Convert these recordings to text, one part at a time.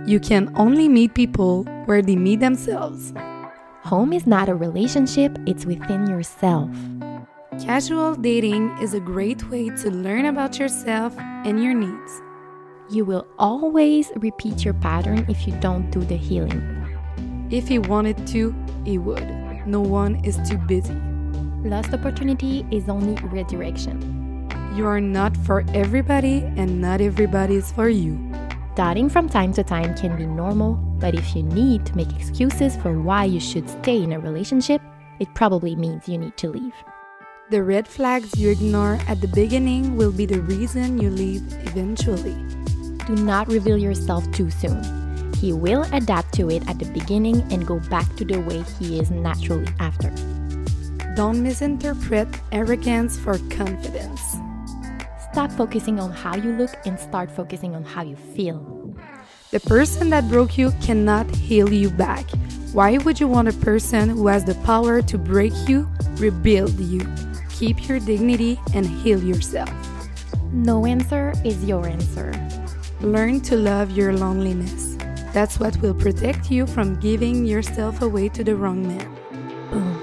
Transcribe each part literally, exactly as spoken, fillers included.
You can only meet people where they meet themselves. Home is not a relationship, it's within yourself. Casual dating is a great way to learn about yourself and your needs. You will always repeat your pattern if you don't do the healing. If he wanted to, he would. No one is too busy. Lost opportunity is only redirection. You are not for everybody and not everybody is for you. Doubting from time to time can be normal, but if you need to make excuses for why you should stay in a relationship, it probably means you need to leave. The red flags you ignore at the beginning will be the reason you leave eventually. Do not reveal yourself too soon. He will adapt to it at the beginning and go back to the way he is naturally after. Don't misinterpret arrogance for confidence. Stop focusing on how you look and start focusing on how you feel. The person that broke you cannot heal you back. Why would you want a person who has the power to break you, rebuild you? Keep your dignity and heal yourself. No answer is your answer. Learn to love your loneliness. That's what will protect you from giving yourself away to the wrong man. Boom.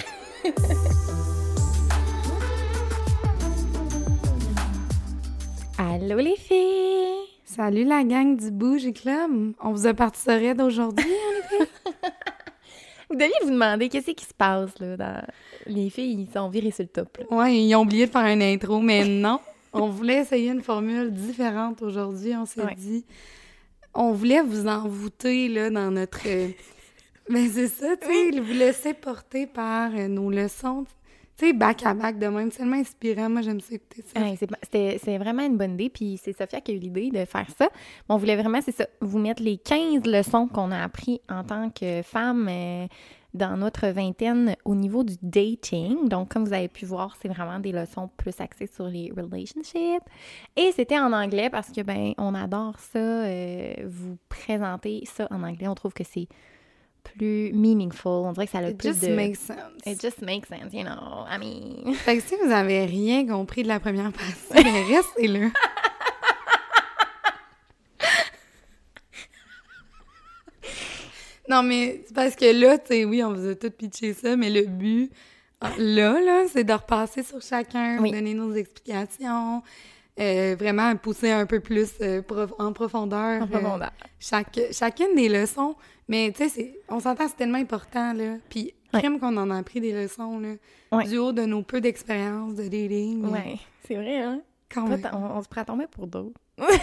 Allô les filles! Salut la gang du Bougie Club! On vous a parti ça raide aujourd'hui, hein, les filles? Vous deviez vous demander qu'est-ce qui se passe, là. Dans... Les filles, ils sont virées sur le top, là. Ouais, ils ont oublié de faire une intro, mais non! On voulait essayer une formule différente aujourd'hui, on s'est ouais. dit. On voulait vous envoûter, là, dans notre... Mais c'est ça, tu sais, vous laisser porter par nos leçons, tu sais, back à back de même, c'est tellement inspirant. Moi, j'aime ça écouter ça. Ouais, c'est, c'était, c'est vraiment une bonne idée, puis c'est Sophia qui a eu l'idée de faire ça. On voulait vraiment, c'est ça, vous mettre les quinze leçons qu'on a appris en tant que femme euh, dans notre vingtaine au niveau du dating. Donc, comme vous avez pu voir, c'est vraiment des leçons plus axées sur les relationships. Et c'était en anglais parce que, ben, on adore ça, euh, vous présenter ça en anglais. On trouve que c'est plus meaningful. On dirait que ça a le It plus just de... makes sense. It just makes sense, you know. I mean... Fait que si vous avez rien compris de la première partie, ben restez là. Non, mais c'est parce que là, tu sais, oui, on vous a tout pitché ça, mais le but, là, là, c'est de repasser sur chacun, oui. donner nos explications, euh, vraiment pousser un peu plus euh, prof- en profondeur, en profondeur. Euh, chaque, chacune des leçons. Mais, tu sais, on s'entend, c'est tellement important, là. Puis, crème ouais. qu'on en a appris des leçons, là, ouais. du haut de nos peu d'expérience de dating. Oui, mais... c'est vrai, hein? Quand même. On, on se prend à tomber pour d'autres.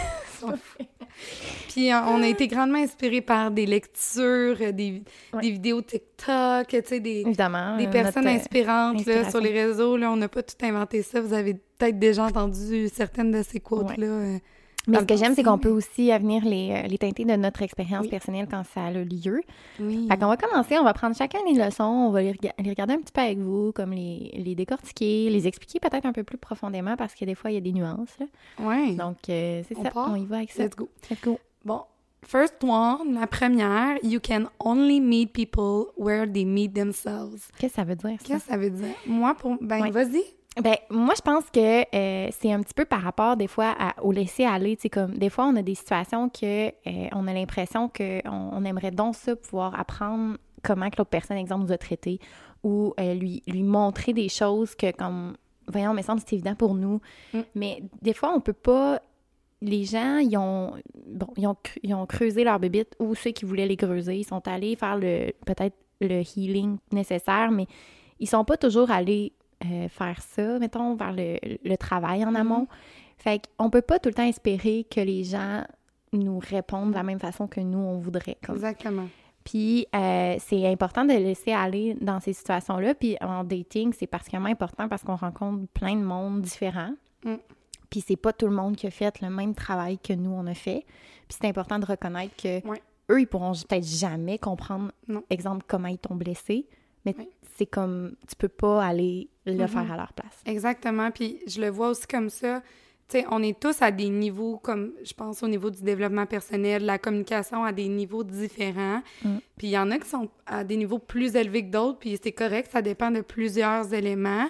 Puis on a été grandement inspirés par des lectures, des, ouais. des vidéos TikTok, tu sais, des, Évidemment, des personnes notre, inspirantes là, sur les réseaux. Là, on n'a pas tout inventé ça. Vous avez peut-être déjà entendu certaines de ces quotes-là. Ouais. Euh, Mais ce que j'aime, c'est qu'on peut aussi venir les, les teinter de notre expérience oui. personnelle quand ça a lieu. Oui. Fait qu'on va commencer, on va prendre chacun des leçons, on va les, rega- les regarder un petit peu avec vous, comme les, les décortiquer, les expliquer peut-être un peu plus profondément parce que des fois, il y a des nuances. Oui. Donc, euh, c'est on ça, part? On y va avec ça. Let's go. Let's go. Bon, first one, la première, you can only meet people where they meet themselves. Qu'est-ce que ça veut dire, ça? Qu'est-ce que ça veut dire? Moi, pour... Ben, ouais. vas-y. Ben moi, je pense que euh, c'est un petit peu par rapport, des fois, à, au laisser-aller. Tu sais, comme, des fois, on a des situations que euh, on a l'impression qu'on on aimerait donc ça, pouvoir apprendre comment que l'autre personne, exemple, nous a traités ou euh, lui, lui montrer des choses que, comme, voyons, mais semble c'est évident pour nous. Mm. Mais des fois, on peut pas... Les gens, ils ont, bon, ils ont, ils ont creusé leur bébite ou ceux qui voulaient les creuser. Ils sont allés faire le peut-être le healing nécessaire, mais ils sont pas toujours allés Euh, faire ça, mettons, vers le, le travail en amont. Mm-hmm. Fait qu'on peut pas tout le temps espérer que les gens nous répondent de la même façon que nous, on voudrait. Comme. Exactement. Puis, euh, c'est important de laisser aller dans ces situations-là. Puis, en dating, c'est particulièrement important parce qu'on rencontre plein de monde différents. Mm. Puis, c'est pas tout le monde qui a fait le même travail que nous, on a fait. Puis, c'est important de reconnaître que ouais. eux, ils pourront peut-être jamais comprendre, non. exemple, comment ils t'ont blessé. Mais oui. c'est comme, tu peux pas aller le mm-hmm. faire à leur place. Exactement, puis je le vois aussi comme ça. Tu sais, on est tous à des niveaux, comme je pense au niveau du développement personnel, la communication à des niveaux différents. Mm. Puis il y en a qui sont à des niveaux plus élevés que d'autres, puis c'est correct, ça dépend de plusieurs éléments.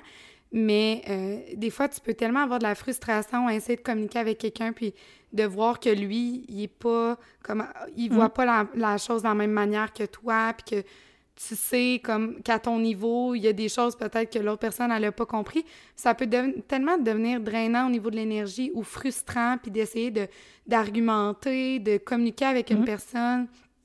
Mais euh, des fois, tu peux tellement avoir de la frustration à essayer de communiquer avec quelqu'un, puis de voir que lui, il est pas comme il voit mm. pas la, la chose de la même manière que toi, puis que tu sais comme qu'à ton niveau, il y a des choses peut-être que l'autre personne elle a pas compris. Ça peut de- tellement devenir drainant au niveau de l'énergie ou frustrant, puis d'essayer de d'argumenter, de communiquer avec mm. une personne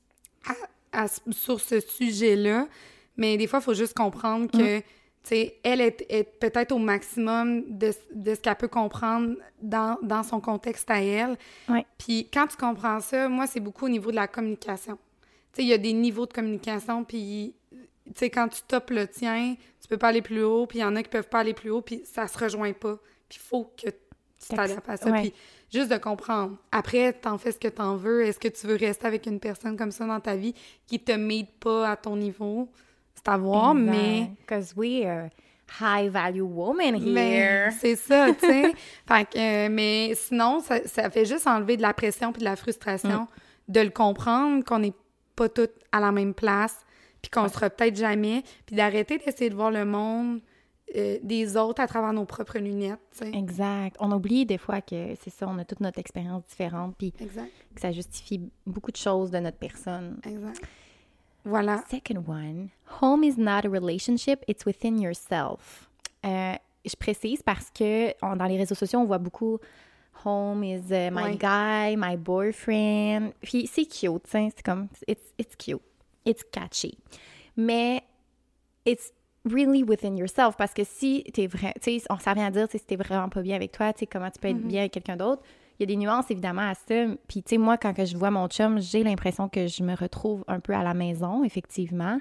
à, à, sur ce sujet-là. Mais des fois, il faut juste comprendre que mm. T'sais, elle est, est peut-être au maximum de, de ce qu'elle peut comprendre dans, dans son contexte à elle. Ouais. Puis quand tu comprends ça, moi, c'est beaucoup au niveau de la communication. Il y a des niveaux de communication, puis quand tu topes le tien, tu peux pas aller plus haut, puis il y en a qui peuvent pas aller plus haut, puis ça se rejoint pas. Puis il faut que tu t'adaptes à ça. Ouais. Puis juste de comprendre. Après, t'en fais ce que t'en veux. Est-ce que tu veux rester avec une personne comme ça dans ta vie qui te m'aide pas à ton niveau? C'est à voir, exact. Mais... Because we are high-value women here. Mais c'est ça, tu sais. Fait que, euh, mais sinon, ça, ça fait juste enlever de la pression puis de la frustration mm. de le comprendre, qu'on n'est pas toutes à la même place, puis qu'on ouais. sera peut-être jamais, puis d'arrêter d'essayer de voir le monde euh, des autres à travers nos propres lunettes, tu sais. Exact. On oublie des fois que c'est ça, on a toute notre expérience différente, puis exact. Que ça justifie beaucoup de choses de notre personne. Exact. Voilà. Second one, home is not a relationship, it's within yourself. Euh, je précise parce que on, dans les réseaux sociaux, on voit beaucoup home is uh, my ouais. guy, my boyfriend. Puis c'est cute, t'sais, c'est comme, it's, it's cute, it's catchy. Mais it's really within yourself parce que si t'es vrai, tu sais, on s'en vient à dire, si t'es vraiment pas bien avec toi, tu sais, comment tu peux être mm-hmm. bien avec quelqu'un d'autre. Il y a des nuances, évidemment, à ça. Puis, tu sais, moi, quand que je vois mon chum, j'ai l'impression que je me retrouve un peu à la maison, effectivement.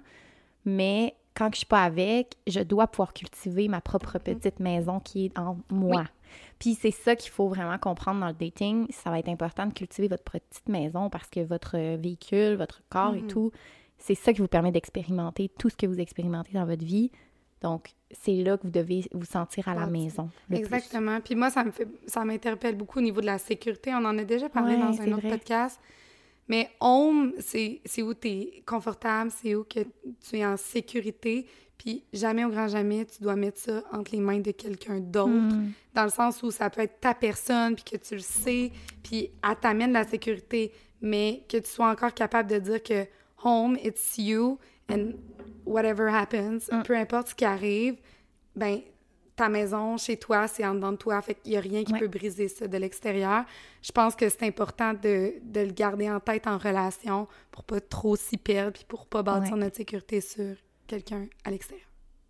Mais quand je suis pas avec, je dois pouvoir cultiver ma propre petite maison qui est en moi. Oui. Puis, c'est ça qu'il faut vraiment comprendre dans le dating. Ça va être important de cultiver votre petite maison parce que votre véhicule, votre corps mm-hmm. et tout, c'est ça qui vous permet d'expérimenter tout ce que vous expérimentez dans votre vie. Donc, c'est là que vous devez vous sentir à la maison. Exactement. Puis moi, ça me fait, ça m'interpelle beaucoup au niveau de la sécurité. On en a déjà parlé ouais, dans un autre vrai. podcast. Mais home, c'est, c'est où tu es confortable, c'est où que tu es en sécurité. Puis jamais, au grand jamais, tu dois mettre ça entre les mains de quelqu'un d'autre. Mm. Dans le sens où ça peut être ta personne, puis que tu le sais, puis elle t'amène la sécurité. Mais que tu sois encore capable de dire que home, it's you, and whatever happens, mm. peu importe ce qui arrive, ben ta maison, chez toi, c'est en dedans de toi. Fait qu'il n'y a rien qui ouais. peut briser ça de l'extérieur. Je pense que c'est important de, de le garder en tête en relation pour pas trop s'y perdre puis pour pas bâtir ouais. notre sécurité sur quelqu'un à l'extérieur.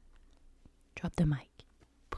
Drop the mic.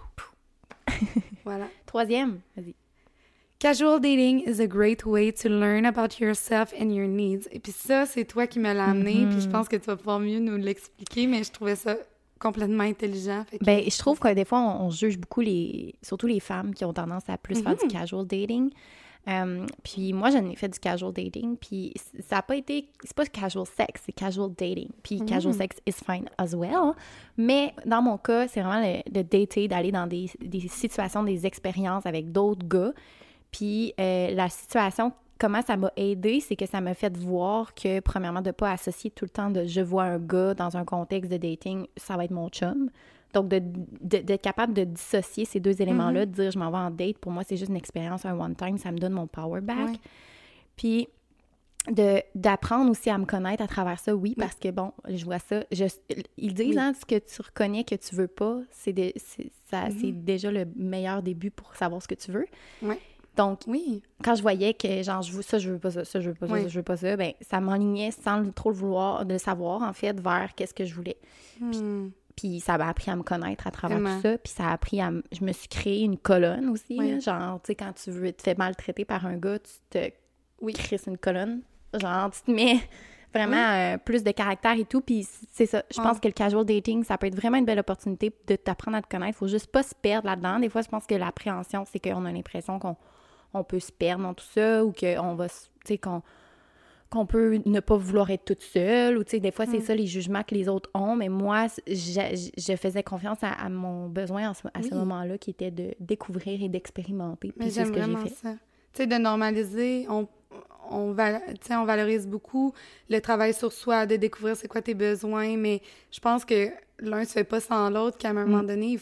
Voilà. Troisième, vas-y. Casual dating is a great way to learn about yourself and your needs. Et puis ça, c'est toi qui me l'as amené, mm-hmm. puis je pense que tu vas pouvoir mieux nous l'expliquer, mais je trouvais ça complètement intelligent. Fait que... Ben, je trouve que des fois, on, on juge beaucoup les... surtout les femmes qui ont tendance à plus mm-hmm. faire du casual dating. Um, puis moi, j'en ai fait du casual dating, puis ça n'a pas été... C'est pas casual sex, c'est casual dating. Puis mm-hmm. casual sex is fine as well. Mais dans mon cas, c'est vraiment le, de dater, d'aller dans des, des situations, des expériences avec d'autres gars. Puis euh, la situation, comment ça m'a aidée, c'est que ça m'a fait voir que, premièrement, de ne pas associer tout le temps de « je vois un gars dans un contexte de dating, ça va être mon chum ». Donc, de, de, d'être capable de dissocier ces deux éléments-là, mm-hmm. de dire « je m'en vais en date », pour moi, c'est juste une expérience, un one-time, ça me donne mon power back. Ouais. Puis, de, d'apprendre aussi à me connaître à travers ça, oui, parce que, bon, je vois ça, je, ils disent, oui. hein, ce que tu reconnais que tu veux pas, c'est, de, c'est, ça, mm-hmm. c'est déjà le meilleur début pour savoir ce que tu veux. Oui. Donc, oui. quand je voyais que, genre, je veux ça, je veux pas ça, ça, je veux pas ça, oui. ça, je veux pas ça, ben ça m'enlignait sans trop le vouloir, de le savoir, en fait, vers qu'est-ce que je voulais. Hmm. Puis, puis ça m'a appris à me connaître à travers Vraiment. tout ça, puis ça a appris à... Je me suis créé une colonne aussi, oui. hein, genre, tu sais, quand tu veux te faire maltraiter par un gars, tu te oui. crées une colonne, genre, tu te mets vraiment oui. euh, plus de caractère et tout, puis c'est ça. Je oh. pense que le casual dating, ça peut être vraiment une belle opportunité de t'apprendre à te connaître. Faut juste pas se perdre là-dedans. Des fois, je pense que l'appréhension, c'est qu'on a l'impression qu'on on peut se perdre dans tout ça ou qu'on va, tu sais, qu'on, qu'on peut ne pas vouloir être toute seule ou, tu sais, des fois, c'est mm. ça les jugements que les autres ont, mais moi, je, je faisais confiance à, à mon besoin à ce, à oui. ce moment-là qui était de découvrir et d'expérimenter. Mais j'aime c'est ce que j'ai fait. Ça. Tu sais, de normaliser, on, on, val, on valorise beaucoup le travail sur soi, de découvrir c'est quoi tes besoins, mais je pense que l'un se fait pas sans l'autre, qu'à un moment mm. donné, il faut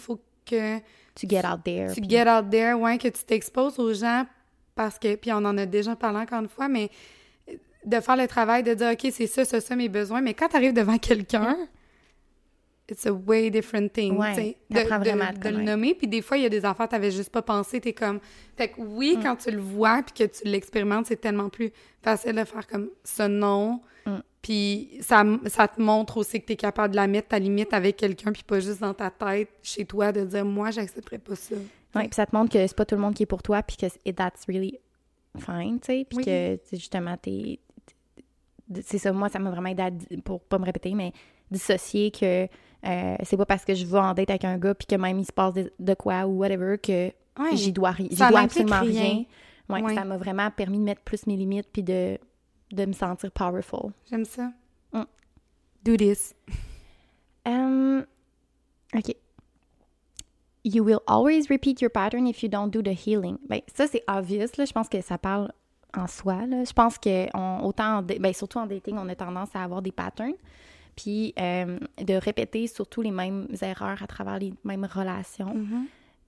que... Tu get out there. Tu puis... get out there, ouais, que tu t'exposes aux gens parce que... Puis on en a déjà parlé encore une fois, mais de faire le travail, de dire, OK, c'est ça, ça, ça, mes besoins. Mais quand tu arrives devant quelqu'un... It's a way different thing, ouais, tu sais, de, vraiment de, de le nommer. Puis des fois, il y a des affaires que t'avais juste pas pensé, t'es comme... Fait que oui, mm. quand tu le vois puis que tu l'expérimentes, c'est tellement plus facile de faire comme ce non. Mm. Puis ça, ça te montre aussi que t'es capable de la mettre, ta limite, avec quelqu'un, puis pas juste dans ta tête, chez toi, de dire « Moi, j'accepterais pas ça. » Oui, puis ça te montre que c'est pas tout le monde qui est pour toi, puis que that's really fine, tu sais, puis oui. que, justement, t'es... C'est ça, moi, ça m'a vraiment aidé à, pour pas me répéter, mais dissocier que euh, c'est pas parce que je vais en date avec un gars puis que même il se passe de, de quoi ou whatever que ouais. j'y dois, ri- j'y dois absolument rien. rien. Ouais, ouais. Ça m'a vraiment permis de mettre plus mes limites puis de, de me sentir powerful. J'aime ça. Mm. Do this. Um, OK. You will always repeat your pattern if you don't do the healing. Ben, ça, c'est obvious, là. Je pense que ça parle en soi, là. Je pense que on, autant, en, ben, surtout en dating, on a tendance à avoir des patterns. Puis euh, de répéter surtout les mêmes erreurs à travers les mêmes relations. Mm-hmm.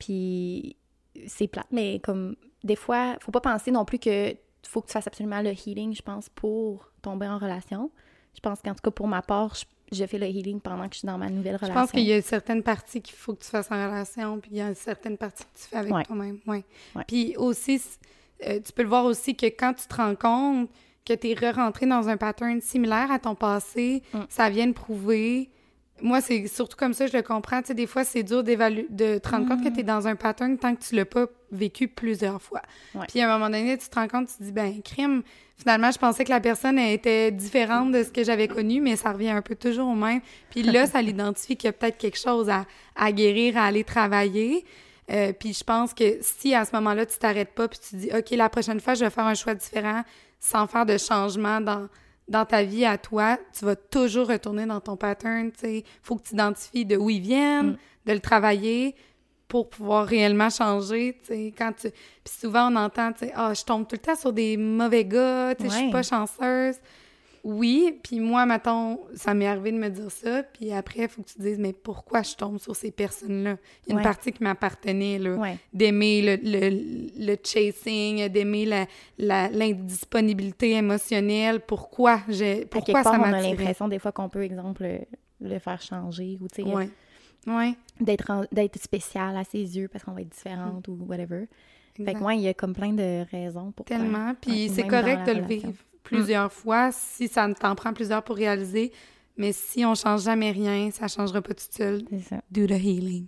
Puis c'est plate, mais comme des fois, faut pas penser non plus que faut que tu fasses absolument le healing, je pense, pour tomber en relation. Je pense qu'en tout cas, pour ma part, je, je fais le healing pendant que je suis dans ma nouvelle relation. Je pense qu'il y a certaines parties qu'il faut que tu fasses en relation, puis il y a certaines parties que tu fais avec ouais. toi-même. Ouais. Ouais. Puis aussi, euh, tu peux le voir aussi que quand tu te rends compte que tu es re-rentré dans un pattern similaire à ton passé, mm. ça vient de prouver... Moi, c'est surtout comme ça, je le comprends. Tu sais, des fois, c'est dur d'évaluer, de te rendre mm. compte que tu es dans un pattern tant que tu l'as pas vécu plusieurs fois. Ouais. Puis, à un moment donné, tu te rends compte, tu te dis, ben, crime, finalement, je pensais que la personne elle était différente de ce que j'avais connu, mais ça revient un peu toujours au même. Puis là, ça l'identifie qu'il y a peut-être quelque chose à, à guérir, à aller travailler. Euh, puis je pense que si, à ce moment-là, tu t'arrêtes pas puis tu dis, OK, la prochaine fois, je vais faire un choix différent, sans faire de changement dans, dans ta vie à toi, tu vas toujours retourner dans ton pattern, tu sais. Faut que tu identifies de où ils viennent, mm. de le travailler pour pouvoir réellement changer, tu sais. Quand tu... Puis souvent, on entend, tu sais, « Ah, je tombe tout le temps sur des mauvais gars, tu sais, ouais. je suis pas chanceuse. » Oui, puis moi, mettons, ça m'est arrivé de me dire ça, puis après, il faut que tu te dises, mais pourquoi je tombe sur ces personnes-là? Il y a une ouais. partie qui m'appartenait, là, ouais. d'aimer le, le, le chasing, d'aimer la, la, l'indisponibilité émotionnelle. Pourquoi, j'ai, pourquoi ça m'attirait? On a l'impression, des fois, qu'on peut, exemple, le, le faire changer, ou tu sais, ouais. ouais. d'être, en, d'être spécial à ses yeux parce qu'on va être différente mm. ou whatever. Exact. Fait que moi, il y a comme plein de raisons pour... Tellement, puis c'est correct de le vivre plusieurs mm. fois, si ça t'en prend plusieurs pour réaliser, mais si on change jamais rien, ça changera pas tout seul. C'est ça. Do the healing.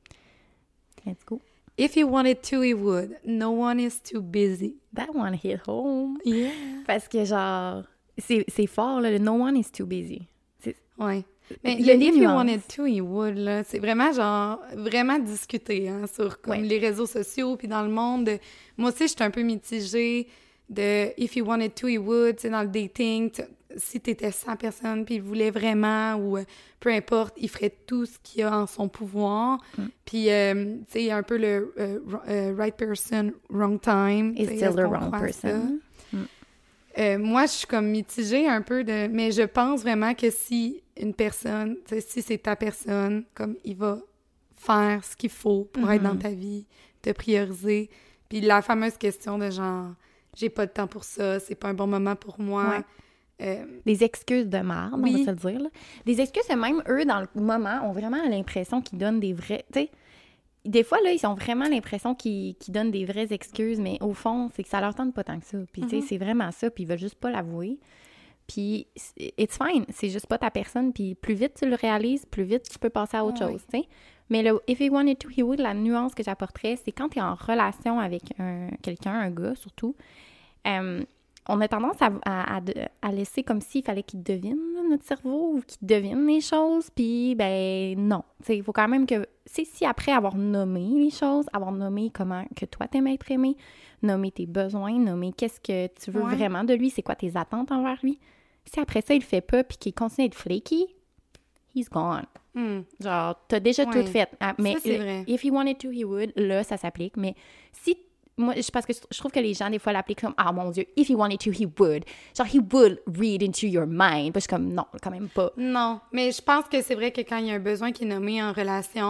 Let's go. If he wanted to, he would. No one is too busy. That one hit home. Yeah. Parce que genre, c'est, c'est fort, là, le no one is too busy. C'est... Ouais. Mais le if he wanted to, he would, là, c'est vraiment genre, vraiment discuter, hein, sur comme ouais. les réseaux sociaux, puis dans le monde. Moi aussi, je suis un peu mitigée de if he wanted to, he would, tu sais, dans le dating, si t'étais cent personnes, puis il voulait vraiment, ou peu importe, il ferait tout ce qu'il a en son pouvoir. Mm. Puis, euh, tu sais, il y a un peu le uh, uh, right person, wrong time. It's still the wrong person. Mm. Euh, moi, je suis comme mitigée un peu, de, mais je pense vraiment que si une personne, tu sais, si c'est ta personne, comme il va faire ce qu'il faut pour mm-hmm. être dans ta vie, te prioriser. Puis la fameuse question de genre, j'ai pas de temps pour ça, c'est pas un bon moment pour moi. Ouais. Euh, des excuses de marde, oui. on va se le dire. Là. Des excuses, même eux, dans le moment, ont vraiment l'impression qu'ils donnent des vrais... Tu sais, des fois, là, ils ont vraiment l'impression qu'ils, qu'ils donnent des vraies excuses, mais au fond, c'est que ça leur tente pas tant que ça. Puis, mm-hmm. tu sais, c'est vraiment ça, puis ils veulent juste pas l'avouer. Puis, it's fine, c'est juste pas ta personne, puis plus vite tu le réalises, plus vite tu peux passer à autre oh, chose, oui. tu sais. Mais le « if he wanted to, he would », la nuance que j'apporterais, c'est quand tu es en relation avec un, quelqu'un, un gars surtout, euh, on a tendance à, à, à laisser comme s'il fallait qu'il devine notre cerveau ou qu'il devine les choses, puis ben non. Tu sais, il faut quand même que... C'est si après avoir nommé les choses, avoir nommé comment que toi t'aimes être aimé, nommer tes besoins, nommer qu'est-ce que tu veux ouais. vraiment de lui, c'est quoi tes attentes envers lui. Si après ça, il le fait pas puis qu'il continue d'être flaky, he's gone. Mm. Genre, t'as déjà ouais. tout fait. Ah, mais ça, c'est vrai. If he wanted to, he would. Là, ça s'applique. Mais si... Moi, parce que je trouve que les gens, des fois, l'appliquent comme « Ah, mon Dieu, if he wanted to, he would. » Genre, he would read into your mind. Puis je suis comme « Non, quand même pas. » Non, mais je pense que c'est vrai que quand il y a un besoin qui est nommé en relation,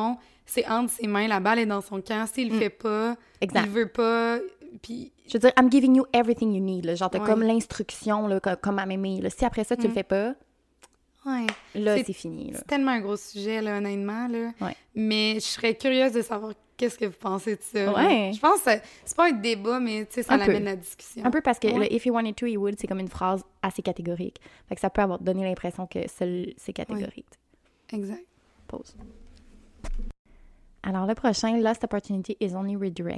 c'est entre ses mains, la balle est dans son camp. S'il le mm. fait pas, exact. Il veut pas, puis... Je veux dire, I'm giving you everything you need, là. Genre, t'as ouais. comme l'instruction, là, comme à m'aimer, là. Si après ça, tu mm. le fais pas, ouais. là, c'est, c'est fini, là. C'est tellement un gros sujet, là, honnêtement, là. Ouais. Mais je serais curieuse de savoir qu'est-ce que vous pensez de ça. Ouais. Je pense que c'est pas un débat, mais, tu sais, ça l'amène la discussion. Un peu parce que ouais. le « if you wanted to, you would », c'est comme une phrase assez catégorique. Fait que ça peut avoir donné l'impression que seul c'est catégorique. Ouais. Exact. Pause. Alors, le prochain, « Lost opportunity is only redirection ».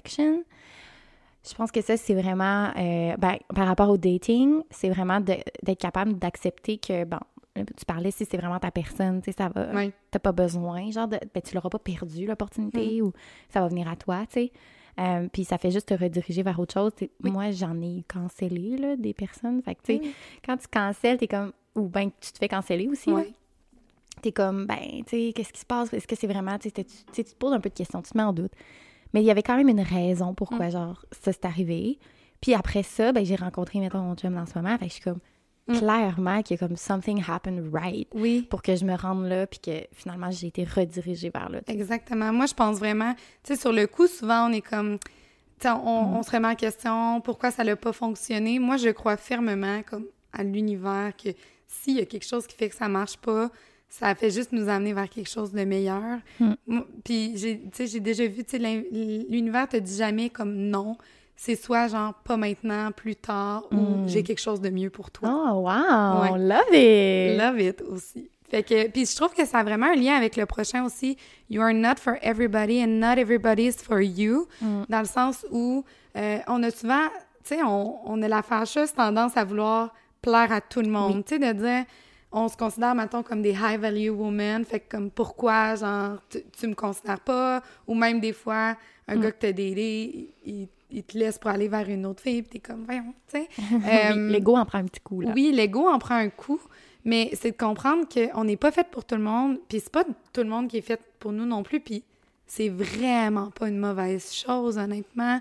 Je pense que ça, c'est vraiment, euh, ben, par rapport au dating, c'est vraiment de, d'être capable d'accepter que, bon, tu parlais si c'est vraiment ta personne, tu sais, ça va, oui. t'as pas besoin, genre, de, ben, tu l'auras pas perdu, l'opportunité, mm. ou ça va venir à toi, tu sais. Euh, puis ça fait juste te rediriger vers autre chose. Oui. Moi, j'en ai cancellé, là, des personnes. Fait que, tu sais, oui. quand tu cancelles, t'es comme, ou ben tu te fais canceller aussi, oui. là. T'es comme, ben, tu sais, qu'est-ce qui se passe? Est-ce que c'est vraiment, tu sais, tu te poses un peu de questions, tu te mets en doute. Mais il y avait quand même une raison pourquoi, mm. genre, ça s'est arrivé. Puis après ça, ben j'ai rencontré, mettons, mon chum en ce moment. Fait que je suis comme, mm. clairement qu'il y a comme « something happened right » oui. pour que je me rende là, puis que finalement, j'ai été redirigée vers là. T'sais. Exactement. Moi, je pense vraiment, tu sais, sur le coup, souvent, on est comme, tu sais, on, mm. on se remet en question pourquoi ça n'a pas fonctionné. Moi, je crois fermement, comme à l'univers, que s'il y a quelque chose qui fait que ça marche pas, ça fait juste nous amener vers quelque chose de meilleur. Mm. Puis, j'ai, tu sais, j'ai déjà vu, tu sais, l'univers te dit jamais comme non. C'est soit genre pas maintenant, plus tard, mm. ou j'ai quelque chose de mieux pour toi. Oh, wow! Ouais. Love it! Love it aussi. Fait que, puis je trouve que ça a vraiment un lien avec le prochain aussi. You are not for everybody and not everybody is for you. Mm. Dans le sens où euh, on a souvent, tu sais, on, on a la fâcheuse tendance à vouloir plaire à tout le monde. Oui. Tu sais, de dire... On se considère, mettons, comme des high-value women. Fait que comme, pourquoi, genre, tu, tu me considères pas? Ou même des fois, un mm. gars que t'as daté, il, il te laisse pour aller vers une autre fille, puis t'es comme, voyons, tu sais. euh, l'ego en prend un petit coup, là. Oui, l'ego en prend un coup, mais c'est de comprendre qu'on n'est pas fait pour tout le monde, puis c'est pas tout le monde qui est fait pour nous non plus, puis c'est vraiment pas une mauvaise chose, honnêtement.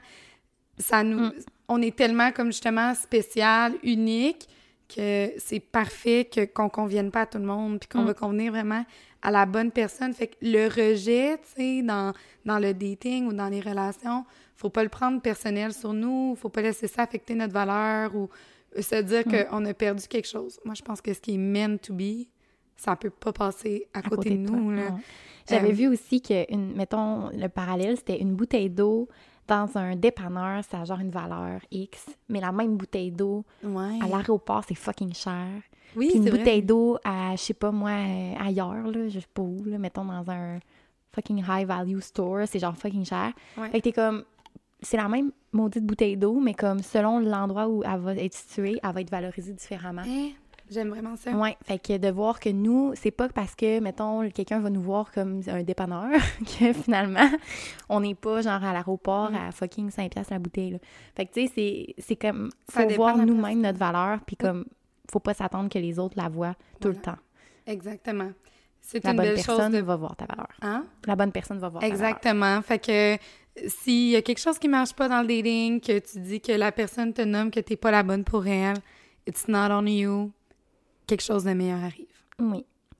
Ça nous... Mm. On est tellement, comme justement, spécial, unique, que c'est parfait que, qu'on convienne pas à tout le monde, puis qu'on mm. va convenir vraiment à la bonne personne. Fait que le rejet, tu sais, dans, dans le dating ou dans les relations, faut pas le prendre personnel sur nous, faut pas laisser ça affecter notre valeur ou se dire mm. qu'on a perdu quelque chose. Moi, je pense que ce qui est meant to be, ça peut pas passer à, à côté, côté de nous. Là. J'avais euh, vu aussi que, une, mettons, le parallèle, c'était une bouteille d'eau dans un dépanneur, ça a genre une valeur X, mais la même bouteille d'eau, ouais. à l'aéroport, c'est fucking cher. Oui, puis une c'est bouteille vrai. d'eau à, je sais pas moi, ailleurs, là, je sais pas où, là, mettons dans un fucking high-value store, c'est genre fucking cher. Ouais. Fait que t'es comme, c'est la même maudite bouteille d'eau, mais comme selon l'endroit où elle va être située, elle va être valorisée différemment. Eh, j'aime vraiment ça. Ouais, fait que de voir que nous, c'est pas parce que, mettons, quelqu'un va nous voir comme un dépanneur que finalement, on n'est pas genre à l'aéroport mm. à fucking cinq piastres la bouteille, là. Fait que tu sais, c'est, c'est comme, faut voir nous-mêmes notre valeur, puis comme, faut pas s'attendre que les autres la voient tout voilà. le temps. Exactement. C'est la une bonne belle personne chose de... va voir ta valeur. Hein? La bonne personne va voir Exactement. ta valeur. Fait que s'il y a quelque chose qui marche pas dans le dating, que tu dis que la personne te nomme que t'es pas la bonne pour elle, it's not on you, quelque chose de meilleur arrive. Oui.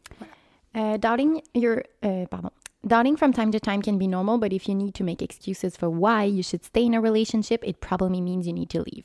Voilà. Uh, doubting your... Uh, pardon. Doubting from time to time can be normal, but if you need to make excuses for why you should stay in a relationship, it probably means you need to leave.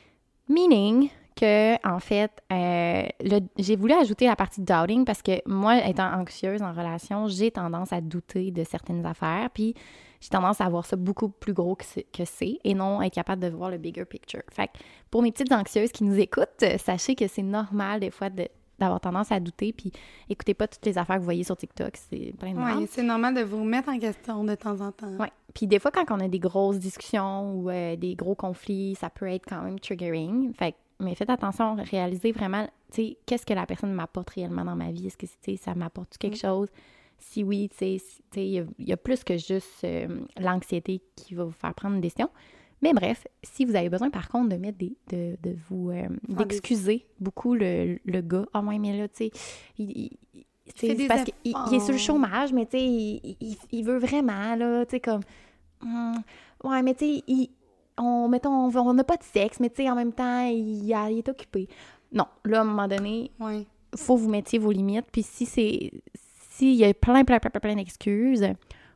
Meaning que, en fait, euh, le, j'ai voulu ajouter la partie doubting parce que moi, étant anxieuse en relation, j'ai tendance à douter de certaines affaires, puis j'ai tendance à voir ça beaucoup plus gros que c'est, que c'est et non être capable de voir le bigger picture. Fait que pour mes petites anxieuses qui nous écoutent, sachez que c'est normal des fois de, d'avoir tendance à douter, puis écoutez pas toutes les affaires que vous voyez sur TikTok, c'est plein de mal. Oui, c'est normal de vous remettre en question de temps en temps. Oui, puis des fois, quand on a des grosses discussions ou euh, des gros conflits, ça peut être quand même triggering. Fait que, mais faites attention, réalisez vraiment, tu sais, qu'est-ce que la personne m'apporte réellement dans ma vie? Est-ce que, tu sais, ça m'apporte quelque mm. chose? Si oui, tu sais, il y, y a plus que juste euh, l'anxiété qui va vous faire prendre une décision. Mais bref, si vous avez besoin, par contre, de mettre des... de, de vous... Euh, d'excuser beaucoup le, le gars. Ah, oh, ouais, mais là, tu sais, il... il c'est parce qu'il il est sur le chômage, mais tu sais, il, il, il veut vraiment, là, tu sais, comme... Hum, ouais, mais tu sais, il... On, mettons, on n'a pas de sexe, mais tu sais, en même temps, il, il est occupé. Non, là, à un moment donné, il ouais. faut vous mettre vos limites. Puis si c'est... S'il y a plein, plein, plein, plein d'excuses,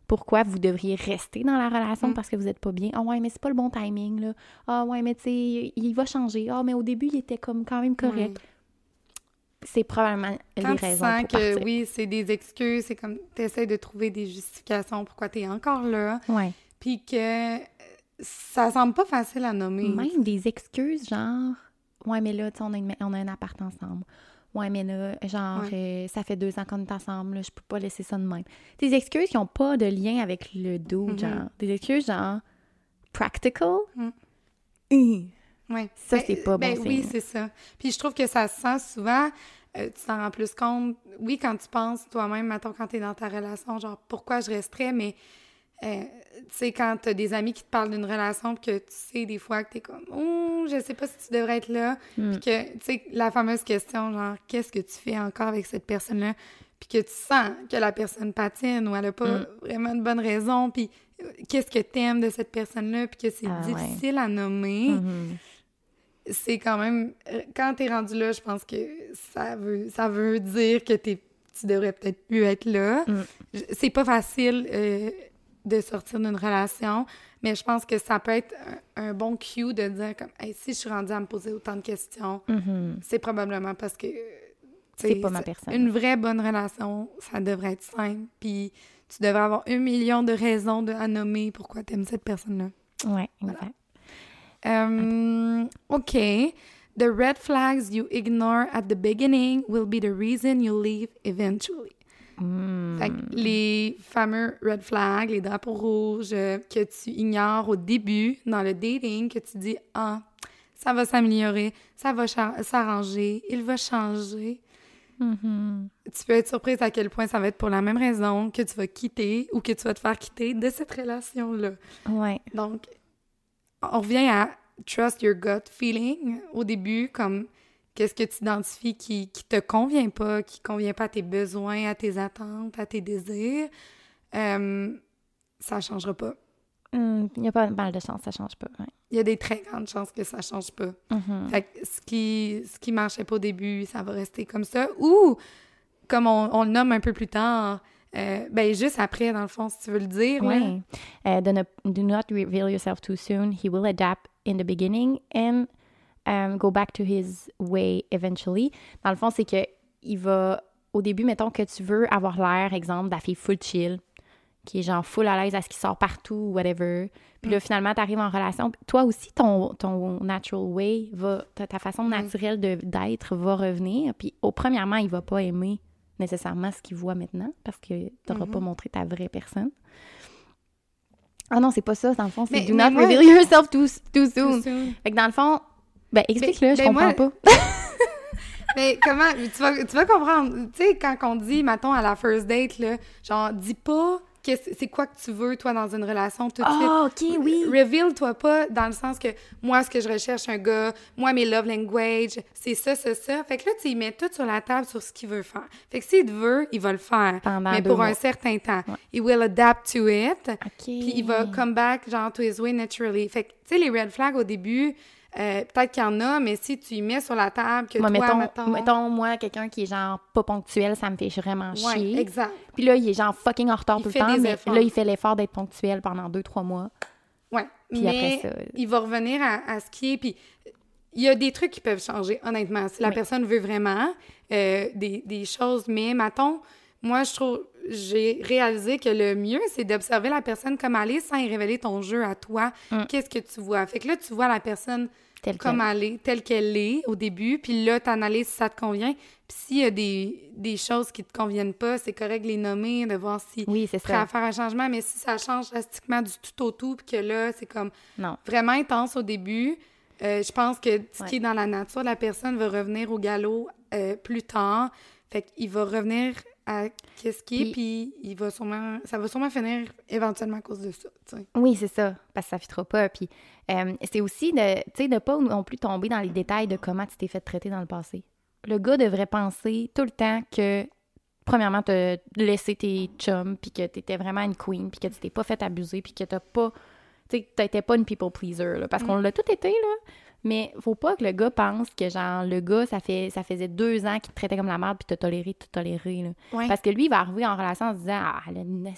pourquoi vous devriez rester dans la relation mm. parce que vous n'êtes pas bien. « Ah ouais, mais c'est pas le bon timing, là. Ah ouais, mais tu sais, il va changer. Ah, mais au début, il était comme quand même correct. Mm. » C'est probablement Quand les raisons sens pour que, partir. oui, c'est des excuses, c'est comme tu essaies de trouver des justifications pourquoi tu es encore là. Ouais. Puis que ça semble pas facile à nommer. Même des excuses, genre, ouais, mais là, tu sais, on, a une- on a un appart ensemble. Ouais, mais là, genre, ouais. euh, ça fait deux ans qu'on est ensemble, là, je peux pas laisser ça de même. Des excuses qui ont pas de lien avec le dos, mm-hmm. genre. Des excuses, genre, practical. Mm. Mmh. Ouais. Ça, ben, c'est pas ben, bon oui, signe. c'est ça. Puis je trouve que ça se sent souvent, euh, tu t'en rends plus compte, oui, quand tu penses toi-même, mettons, quand t'es dans ta relation, genre, pourquoi je resterais, mais, euh, tu sais, quand t'as des amis qui te parlent d'une relation, puis que tu sais, des fois, que t'es comme, oh, je sais pas si tu devrais être là, mm. puis que, tu sais, la fameuse question, genre, qu'est-ce que tu fais encore avec cette personne-là, puis que tu sens que la personne patine ou elle a pas mm. vraiment de bonne raison, puis qu'est-ce que t'aimes de cette personne-là, puis que c'est ah, difficile ouais. à nommer. Mm-hmm. C'est quand même... Quand t'es rendu là, je pense que ça veut, ça veut dire que t'es, tu devrais peut-être plus être là. Mm. C'est pas facile euh, de sortir d'une relation, mais je pense que ça peut être un, un bon cue de dire comme hey, si je suis rendue à me poser autant de questions, mm-hmm. c'est probablement parce que... C'est pas ma personne. Une vraie bonne relation, ça devrait être simple, puis tu devrais avoir un million de raisons de, à nommer pourquoi t'aimes cette personne-là. Ouais, exact. Voilà. Um, OK. The red flags you ignore at the beginning will be the reason you leave eventually. Mm. Fait que les fameux red flags, les drapeaux rouges euh, que tu ignores au début dans le dating, que tu dis « Ah, ça va s'améliorer, ça va cha- s'arranger, il va changer. Mm-hmm. » Tu peux être surprise à quel point ça va être pour la même raison que tu vas quitter ou que tu vas te faire quitter de cette relation-là. Ouais. Donc, on revient à trust your gut feeling au début, comme qu'est-ce que tu identifies qui, qui te convient pas, qui convient pas à tes besoins, à tes attentes, à tes désirs. Euh, ça changera pas. Il mm, y a pas mal de chances que ça change pas. Il ouais. y a des très grandes chances que ça change pas. Mm-hmm. Fait que ce qui, ce qui marchait pas au début, ça va rester comme ça. Ou, comme on, on le nomme un peu plus tard, Euh, ben, juste après, dans le fond, si tu veux le dire. Oui. Uh, do, not, do not reveal yourself too soon. He will adapt in the beginning and um, go back to his way eventually. Dans le fond, c'est que il va... Au début, mettons que tu veux avoir l'air, exemple, de la fille full chill, qui est genre full à l'aise à ce qui sort partout, whatever. Puis mm. là, finalement, t'arrives en relation. Toi aussi, ton, ton natural way, va, ta, ta façon mm. naturelle de, d'être va revenir. Puis, au premièrement, il va pas aimer nécessairement ce qu'il voit maintenant, parce que tu n'auras mm-hmm. pas montré ta vraie personne. Ah non, c'est pas ça, dans le fond, c'est mais, do not moi, reveal yourself too, too, soon. too soon. Fait que dans le fond, ben explique-le, ben, je ben comprends moi... pas. Mais comment, tu vas, tu vas comprendre, tu sais, quand on dit, mettons, à la first date, là, genre, dis pas que c'est quoi que tu veux, toi, dans une relation, tout de oh, suite. OK, oui. Reveal-toi pas dans le sens que, moi, ce que je recherche un gars, moi, mes love language, c'est ça, ça, ça. Fait que là, tu y mets tout sur la table sur ce qu'il veut faire. Fait que s'il te veut, il va le faire. Pendant mais deux pour mois. un certain temps. Ouais. He will adapt to it. OK. Puis il va come back, genre, to his way naturally. Fait que, tu sais, les red flags, au début... Euh, peut-être qu'il y en a, mais si tu y mets sur la table que moi, toi, mettons, mettons... mettons, moi, quelqu'un qui est genre pas ponctuel, ça me fait vraiment ouais, chier. exact. Puis là, il est genre fucking en retard il tout le temps, mais efforts. Là, il fait l'effort d'être ponctuel pendant deux, trois mois. Ouais, puis mais après ça... il va revenir à, à ce qui est, puis il y a des trucs qui peuvent changer, honnêtement. Si la oui. personne veut vraiment euh, des, des choses, mais mettons, moi, je trouve... J'ai réalisé que le mieux, c'est d'observer la personne comme elle est sans y révéler ton jeu à toi. Mm. Qu'est-ce que tu vois? Fait que là, tu vois la personne... Telle comme qu'elle. elle est, telle qu'elle est au début, puis là, t'analyses si ça te convient. Puis s'il y a des, des choses qui te conviennent pas, c'est correct de les nommer, de voir si oui, c'est prêt à faire un changement, mais si ça change drastiquement du tout au tout, puis que là, c'est comme non. vraiment intense au début, euh, je pense que ce ouais. qui est dans la nature de la personne va revenir au galop euh, plus tard. Fait qu'il va revenir à qu'est-ce qui est, puis il va sûrement, ça va sûrement finir éventuellement à cause de ça, t'sais. Oui, c'est ça, parce que ça ne fitera pas. Puis euh, c'est aussi de, tu sais, de pas non plus tomber dans les détails de comment tu t'es fait traiter dans le passé. Le gars devrait penser tout le temps que, premièrement, tu as laissé tes chums, puis que tu étais vraiment une queen, puis que tu t'es pas fait abuser, puis que tu pas, tu sais, tu n'étais pas une people pleaser, là, parce mm. qu'on l'a tout été, là. Mais faut pas que le gars pense que, genre, le gars, ça fait ça faisait deux ans qu'il te traitait comme la merde puis t'as toléré, t'as toléré, là. Ouais. Parce que lui, il va arriver en relation en se disant « Ah, elle a une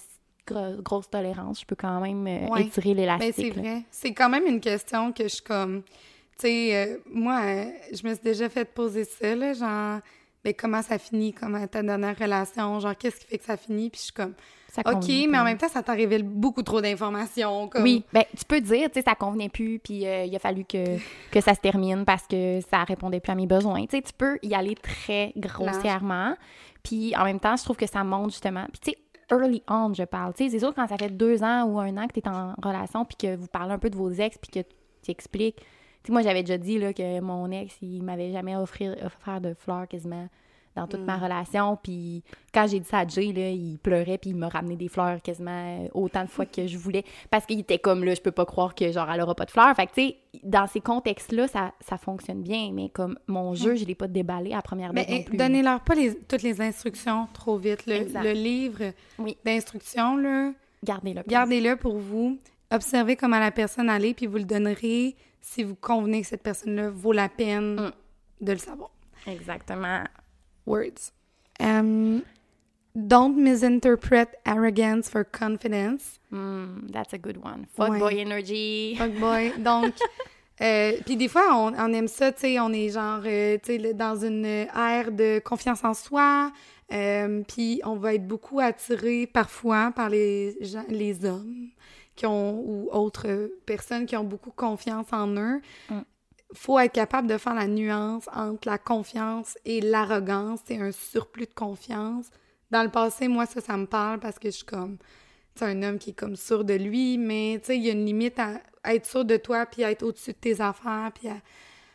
gro- grosse tolérance, je peux quand même euh, Ouais. étirer l'élastique. Ben, c'est là. vrai. C'est quand même une question que je suis comme... Tu sais, euh, moi, euh, je me suis déjà fait poser ça, là, genre... Ben, comment ça finit, comment ta dernière relation, genre, qu'est-ce qui fait que ça finit? Puis je suis comme... Ça OK, convenait mais pas. en même temps, ça t'en révèle beaucoup trop d'informations, comme... Oui, ben tu peux dire, tu sais, ça convenait plus, puis euh, il a fallu que, que ça se termine parce que ça répondait plus à mes besoins. Tu sais, tu peux y aller très grossièrement, puis en même temps, je trouve que ça montre justement... Puis tu sais, early on, je parle. Tu sais, c'est sûr, quand ça fait deux ans ou un an que tu es en relation, puis que vous parlez un peu de vos ex, puis que tu expliques... Tu sais, moi, j'avais déjà dit là, que mon ex, il m'avait jamais offrir, offert de fleurs quasiment dans toute mm. ma relation. Puis quand j'ai dit ça à Jay, là, il pleurait puis il m'a ramené des fleurs quasiment autant de fois que je voulais. Parce qu'il était comme, là, je peux pas croire que, genre, elle aura pas de fleurs. Fait que, tu sais, dans ces contextes-là, ça, ça fonctionne bien. Mais comme mon jeu, mm. je l'ai pas déballé à première date non plus. Donnez-leur pas les, toutes les instructions trop vite. Le, le livre oui. d'instructions, là, gardez-le. Gardez-le pour vous. Observez comment la personne allait, puis vous le donnerez si vous convenez que cette personne-là vaut la peine mm. de le savoir. Exactement. Words. Um, don't misinterpret arrogance for confidence. Mm, that's a good one. Fuckboy ouais. energy. Fuckboy. Donc, euh, puis des fois, on, on aime ça, tu sais, on est genre, euh, tu sais, dans une ère de confiance en soi, euh, puis on va être beaucoup attiré parfois par les gens, les hommes qui ont, ou autres personnes qui ont beaucoup confiance en eux. Mm. Faut être capable de faire la nuance entre la confiance et l'arrogance. C'est un surplus de confiance. Dans le passé, moi, ça, ça me parle parce que je suis comme... Tu sais, un homme qui est comme sûr de lui, mais tu sais, il y a une limite à, à être sûr de toi, puis à être au-dessus de tes affaires, puis à,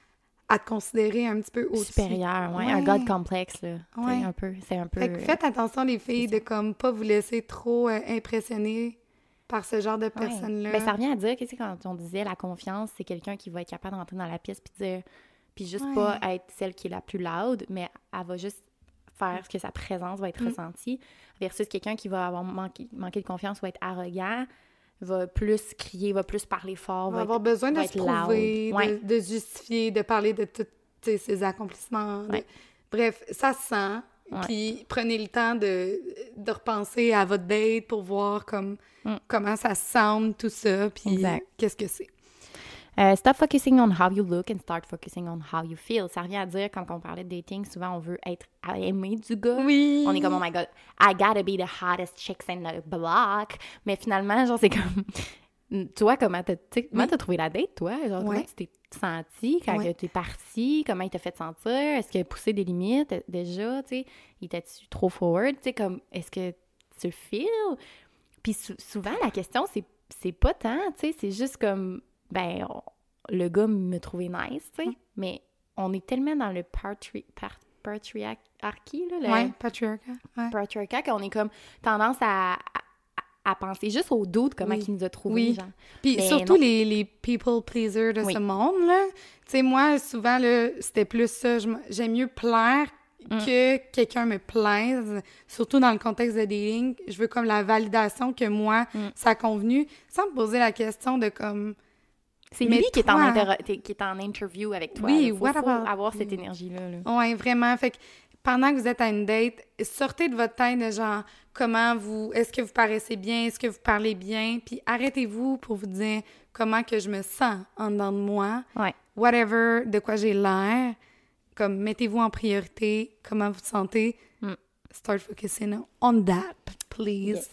à te considérer un petit peu au-dessus. Supérieur, ouais. ouais. Un God complexe, là. Ouais. Un peu, c'est un peu... Fait que faites attention, les filles, de comme pas vous laisser trop euh, impressionner par ce genre de personnes-là. Ouais. Ben, ça revient à dire, qu'est-ce que quand on disait la confiance, c'est quelqu'un qui va être capable d'entrer dans la pièce puis dire, puis juste ouais. pas être celle qui est la plus loud, mais elle va juste faire ce que sa présence va être mm. ressentie, versus quelqu'un qui va avoir manqué, manqué de confiance, va être arrogant, va plus crier, va plus parler fort, va, va avoir être, besoin de se prouver, ouais. de, de justifier, de parler de tous ses accomplissements. Ouais. De... Bref, ça se sent. Ouais. Puis prenez le temps de, de repenser à votre date pour voir comme, mm. comment ça sound, tout ça, puis qu'est-ce que c'est. Uh, stop focusing on how you look and start focusing on how you feel. Ça revient à dire, quand on parlait de dating, souvent on veut être aimé du gars. Oui. On est comme, oh my God, I gotta be the hottest chicks in the block. Mais finalement, genre, c'est comme... Toi, comment t'as, comment oui. t'as trouvé la date, toi? Genre, ouais. comment tu t'es sentie quand ouais. t'es partie? Comment il t'a fait sentir? Est-ce qu'il a poussé des limites déjà? Tu sais, il était-tu trop forward? Tu sais, comme, est-ce que tu feels? Puis sou- souvent, la question, c'est, c'est pas tant, tu sais, c'est juste comme, ben, on, le gars me trouvait nice, tu sais, mm. mais on est tellement dans le patri- par- patriarchie, là. Le ouais, patriarcat. Ouais. Patriarcat qu'on est comme tendance à... à à penser juste au doute, comment oui. il nous a trouvé, oui. genre. Puis mais surtout non. les, les people pleasers de oui. ce monde, là. Tu sais, moi, souvent, là, c'était plus ça. Je, j'aime mieux plaire mm. que quelqu'un me plaise, surtout dans le contexte de dating. Je veux comme la validation que moi, mm. ça a convenu, sans me poser la question de comme... C'est lui qui, est en inter- qui est en interview avec toi. Oui, il faut, faut avoir cette énergie-là. Là. Oui, vraiment. Fait que pendant que vous êtes à une date, sortez de votre tête de genre, comment vous, est-ce que vous paraissez bien, est-ce que vous parlez bien, puis arrêtez-vous pour vous dire comment que je me sens en dedans de moi, ouais. whatever, de quoi j'ai l'air, comme mettez-vous en priorité, comment vous sentez, mm. start focusing on that, please. Yes.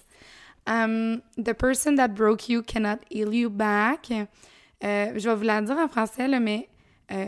Um, the person that broke you cannot heal you back. Euh, je vais vous la dire en français, là, mais... Euh,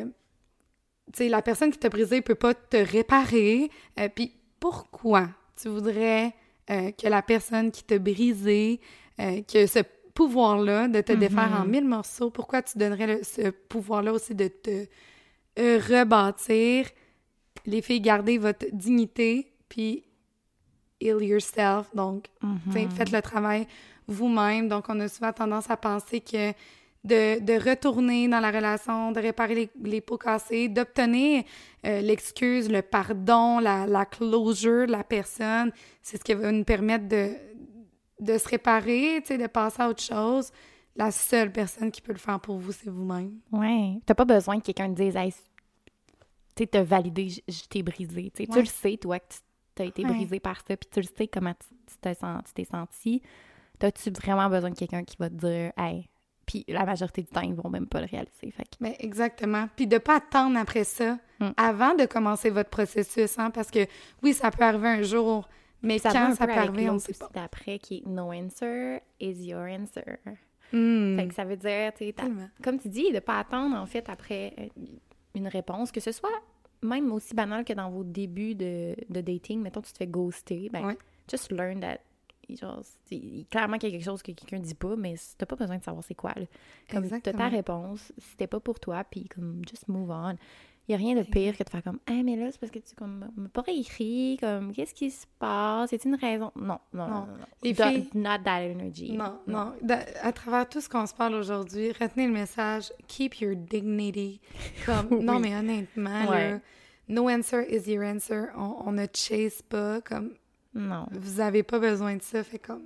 tu sais, la personne qui t'a brisé peut pas te réparer. Euh, Puis pourquoi tu voudrais euh, que la personne qui t'a brisé, euh, que ce pouvoir-là de te mm-hmm. défaire en mille morceaux, pourquoi tu donnerais le, ce pouvoir-là aussi de te euh, rebâtir? Les filles, gardez votre dignité, puis heal yourself. Donc, mm-hmm. tu sais, faites le travail vous-même. Donc, on a souvent tendance à penser que De, de retourner dans la relation, de réparer les, les pots cassés, d'obtenir euh, l'excuse, le pardon, la, la closure de la personne. C'est ce qui va nous permettre de, de se réparer, tu sais, de passer à autre chose. La seule personne qui peut le faire pour vous, c'est vous-même. Oui. T'as pas besoin que quelqu'un te dise, hey, tu sais, t'as validé, je, je t'ai brisé. Tu ouais. le sais, toi, que tu as été ouais. brisé par ça, puis tu le sais comment tu, tu, t'es, tu t'es senti. T'as-tu vraiment besoin de quelqu'un qui va te dire « Hey », puis la majorité du temps, ils vont même pas le réaliser. Fait que... Ben exactement. Puis de pas attendre après ça, mm. avant de commencer votre processus, hein, parce que oui, ça peut arriver un jour, mais ça quand ça peut arriver, on ne sait pas. D'après, qui est « No answer is your answer mm. ». Fait que ça veut dire, tu sais, comme tu dis, de pas attendre, en fait, après une réponse, que ce soit même aussi banal que dans vos débuts de, de dating. Mettons, tu te fais ghoster, ben, ouais. just learn that. Genre, clairement qu'il y a quelque chose que quelqu'un dit pas, mais t'as pas besoin de savoir c'est quoi. Là. Comme t'as ta réponse, c'était pas pour toi, puis comme just move on. Il y a rien de pire que de faire comme « Ah, mais là, c'est parce que tu comme m'as pas réécrit, comme qu'est-ce qui se passe? C'est une raison? » Non, non, non, non. non. Les filles... Not that energy. Non, non. non. À travers tout ce qu'on se parle aujourd'hui, retenez le message « Keep your dignity ». Comme oui. Non, mais honnêtement, ouais. là, no answer is your answer. On, on ne chase pas, comme... Non. Vous avez pas besoin de ça, fait comme...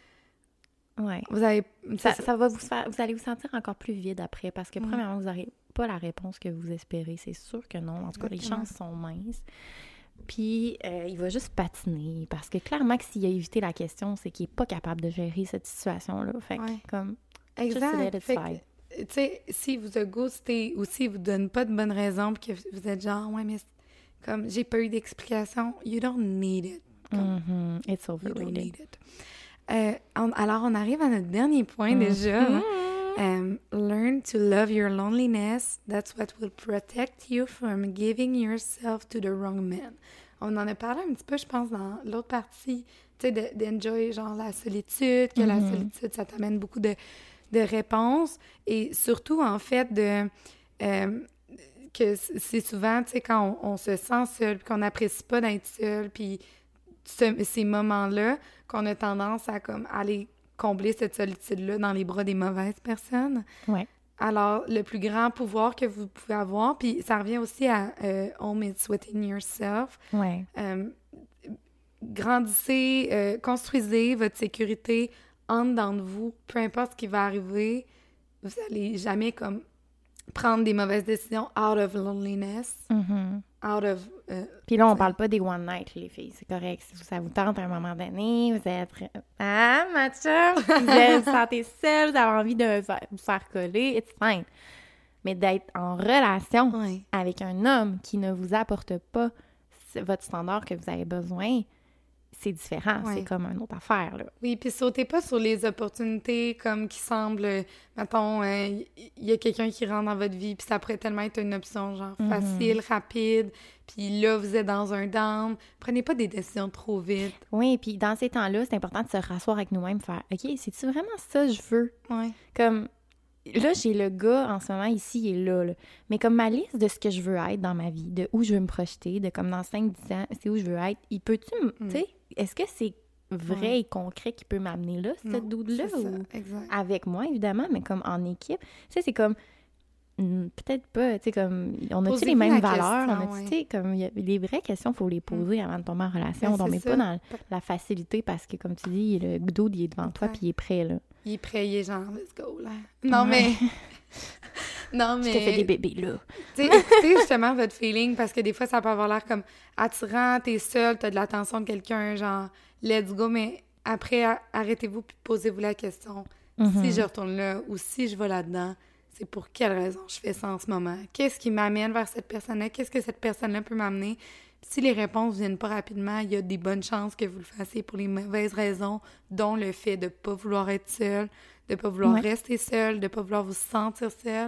Ouais. Vous avez... Ça, ça va vous faire... Vous allez vous sentir encore plus vide après, parce que, mm. premièrement, vous n'aurez pas la réponse que vous espérez. C'est sûr que non. En tout cas, les chances sont minces. Puis, euh, il va juste patiner, parce que, clairement, que s'il a évité la question, c'est qu'il est pas capable de gérer cette situation-là. Fait que, ouais. comme... Exact. Just let it slide. Tu sais, s'il vous a ghosté ou s'il vous donne pas de bonnes raisons, puis que vous êtes genre, ouais, mais comme, j'ai pas eu d'explication, you don't need it. Mm-hmm. It's overrated. Euh, on, alors, on arrive à notre dernier point mm-hmm. déjà. Um, learn to love your loneliness. That's what will protect you from giving yourself to the wrong man. On en a parlé un petit peu, je pense, dans l'autre partie, tu sais, d'enjoy, genre, la solitude, que mm-hmm. la solitude, ça t'amène beaucoup de, de réponses. Et surtout, en fait, de... Euh, que c'est souvent, tu sais, quand on, on se sent seul, puis qu'on n'apprécie pas d'être seul, puis... Ce, ces moments-là, qu'on a tendance à comme aller combler cette solitude-là dans les bras des mauvaises personnes. Ouais. Alors, le plus grand pouvoir que vous pouvez avoir, puis ça revient aussi à euh, « home it's within yourself ouais. ». Euh, grandissez, euh, construisez votre sécurité en dedans de vous. Peu importe ce qui va arriver, vous n'allez jamais comme prendre des mauvaises décisions out of loneliness. Mm-hmm. Out of... Euh, Puis là, on parle pas des one night, les filles. C'est correct. Si ça vous tente à un moment donné, vous êtes... Ah, ma chum! Vous êtes, vous sentez seule, vous avez envie de vous faire coller, it's fine. Mais d'être en relation oui. avec un homme qui ne vous apporte pas votre standard que vous avez besoin, c'est différent. Oui. C'est comme une autre affaire, là. Oui, puis sautez pas sur les opportunités comme qui semblent... Mettons, il euh, y a quelqu'un qui rentre dans votre vie, puis ça pourrait tellement être une option, genre, mm-hmm. facile, rapide, puis là, vous êtes dans un down. Prenez pas des décisions trop vite. Oui, puis dans ces temps-là, c'est important de se rasseoir avec nous-mêmes, faire « OK, c'est-tu vraiment ça que je veux? » Oui. Comme... Là, j'ai le gars, en ce moment, ici, il est là, là. Mais comme ma liste de ce que je veux être dans ma vie, de où je veux me projeter, de comme dans cinq dix ans, c'est où je veux être, il peut-tu... Mm. Tu sais, est-ce que c'est vrai ouais. et concret qui peut m'amener là, cette dude-là? Ou... Avec moi, évidemment, mais comme en équipe. Tu sais, c'est comme... Peut-être pas, tu sais, comme... On a-tu les mêmes valeurs? Question, on a-tu, ouais. tu sais, comme... Y a, les vraies questions, il faut les poser mm. avant de tomber en relation. Ben, on ne met pas dans la facilité parce que, comme tu dis, le dude, il est devant toi puis il est prêt, là. Il est prêt, il est genre, let's go, là. Non, ouais. mais... non, mais... Je te fais des bébés, là. Tu sais, écoutez justement votre feeling, parce que des fois, ça peut avoir l'air comme attirant, t'es seule, t'as de l'attention de quelqu'un, genre, let's go, mais après, arrêtez-vous puis posez-vous la question. Mm-hmm. Si je retourne là ou si je vais là-dedans, c'est pour quelle raison je fais ça en ce moment? Qu'est-ce qui m'amène vers cette personne-là? Qu'est-ce que cette personne-là peut m'amener? Si les réponses viennent pas rapidement, il y a des bonnes chances que vous le fassiez pour les mauvaises raisons, dont le fait de pas vouloir être seul, de pas vouloir ouais. rester seul, de pas vouloir vous sentir seul.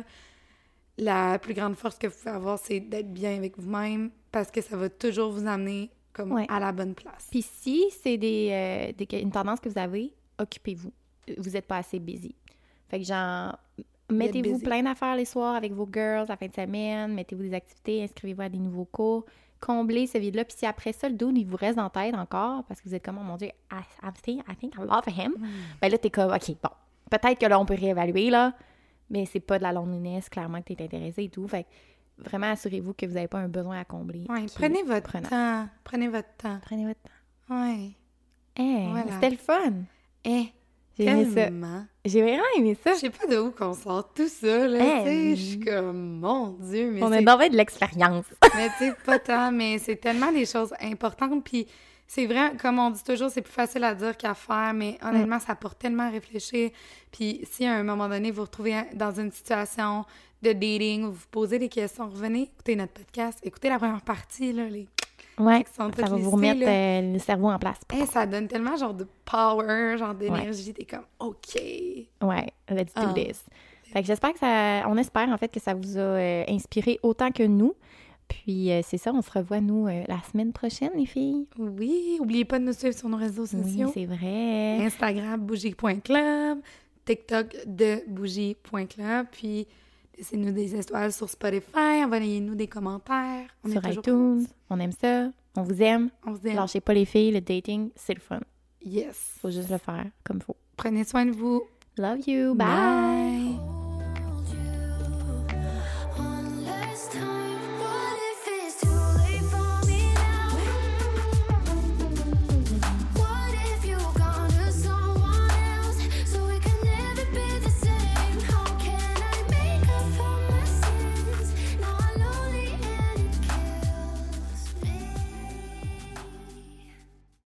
La plus grande force que vous pouvez avoir, c'est d'être bien avec vous-même, parce que ça va toujours vous amener comme ouais. à la bonne place. Puis si c'est des, euh, des, une tendance que vous avez, occupez-vous. Vous n'êtes pas assez busy. Fait que genre... Mettez-vous plein d'affaires les soirs avec vos girls la fin de semaine, mettez-vous des activités, inscrivez-vous à des nouveaux cours, comblez ce vide-là. Puis si après ça, le dude, il vous reste en tête encore, parce que vous êtes comme, oh mon Dieu, I, I, think, I think I love him, mm. ben là, t'es comme, OK, bon, peut-être que là, on peut réévaluer, là, mais c'est pas de la loneliness, clairement, que t'es intéressé et tout. Fait que vraiment, assurez-vous que vous n'avez pas un besoin à combler. Oui, prenez votre prenant. temps. Prenez votre temps. Prenez votre temps. Oui. Hey, voilà. C'était le fun. Hey. J'ai aimé ça. J'ai vraiment aimé ça. Je sais pas de où qu'on sort tout ça, là, hey. Tu sais, je suis comme, mon Dieu, mais on c'est... a d'envie de l'expérience. Mais tu sais, pas tant, mais c'est tellement des choses importantes, puis c'est vrai, comme on dit toujours, c'est plus facile à dire qu'à faire, mais honnêtement, mm. ça porte tellement à réfléchir. Puis si à un moment donné, vous vous retrouvez dans une situation de dating où vous vous posez des questions, revenez, écoutez notre podcast, écoutez la première partie, là, les... Ouais, ça va vous remettre euh, le cerveau en place. Hey, ça donne tellement genre de power, genre d'énergie, ouais. T'es comme « OK! » Ouais, let's do oh. this. Fait que j'espère que ça... On espère, en fait, que ça vous a euh, inspiré autant que nous. Puis euh, c'est ça, on se revoit, nous, euh, la semaine prochaine, les filles. Oui, n'oubliez pas de nous suivre sur nos réseaux sociaux. Oui, c'est vrai. Instagram, bougie point club, TikTok de bougie point club, puis laissez-nous des étoiles sur Spotify, envoyez-nous des commentaires. On sur iTunes, on aime ça, on vous aime. On vous aime. Lâchez pas les filles, le dating, c'est le fun. Yes. Faut juste le faire comme faut. Prenez soin de vous. Love you, bye! Bye.